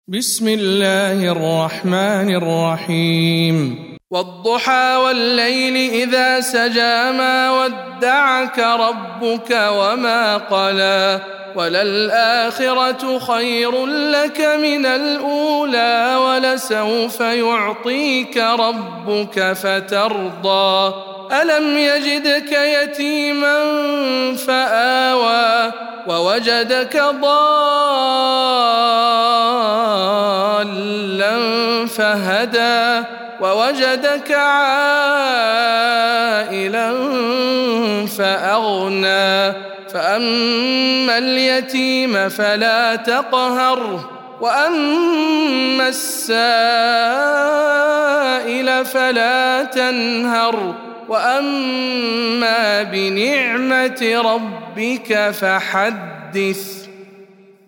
بسم الله الرحمن الرحيم والضحى والليل إذا سجى ما ودعك ربك وما قلى وللآخرة خير لك من الأولى ولسوف يعطيك ربك فترضى ألم يجدك يتيما فآوى ووجدك ضالا فهدى ووجدك عائلا فأغنى فأما اليتيم فلا تقهر وأما السائل فلا تنهر وأما بنعمة ربك فحدث.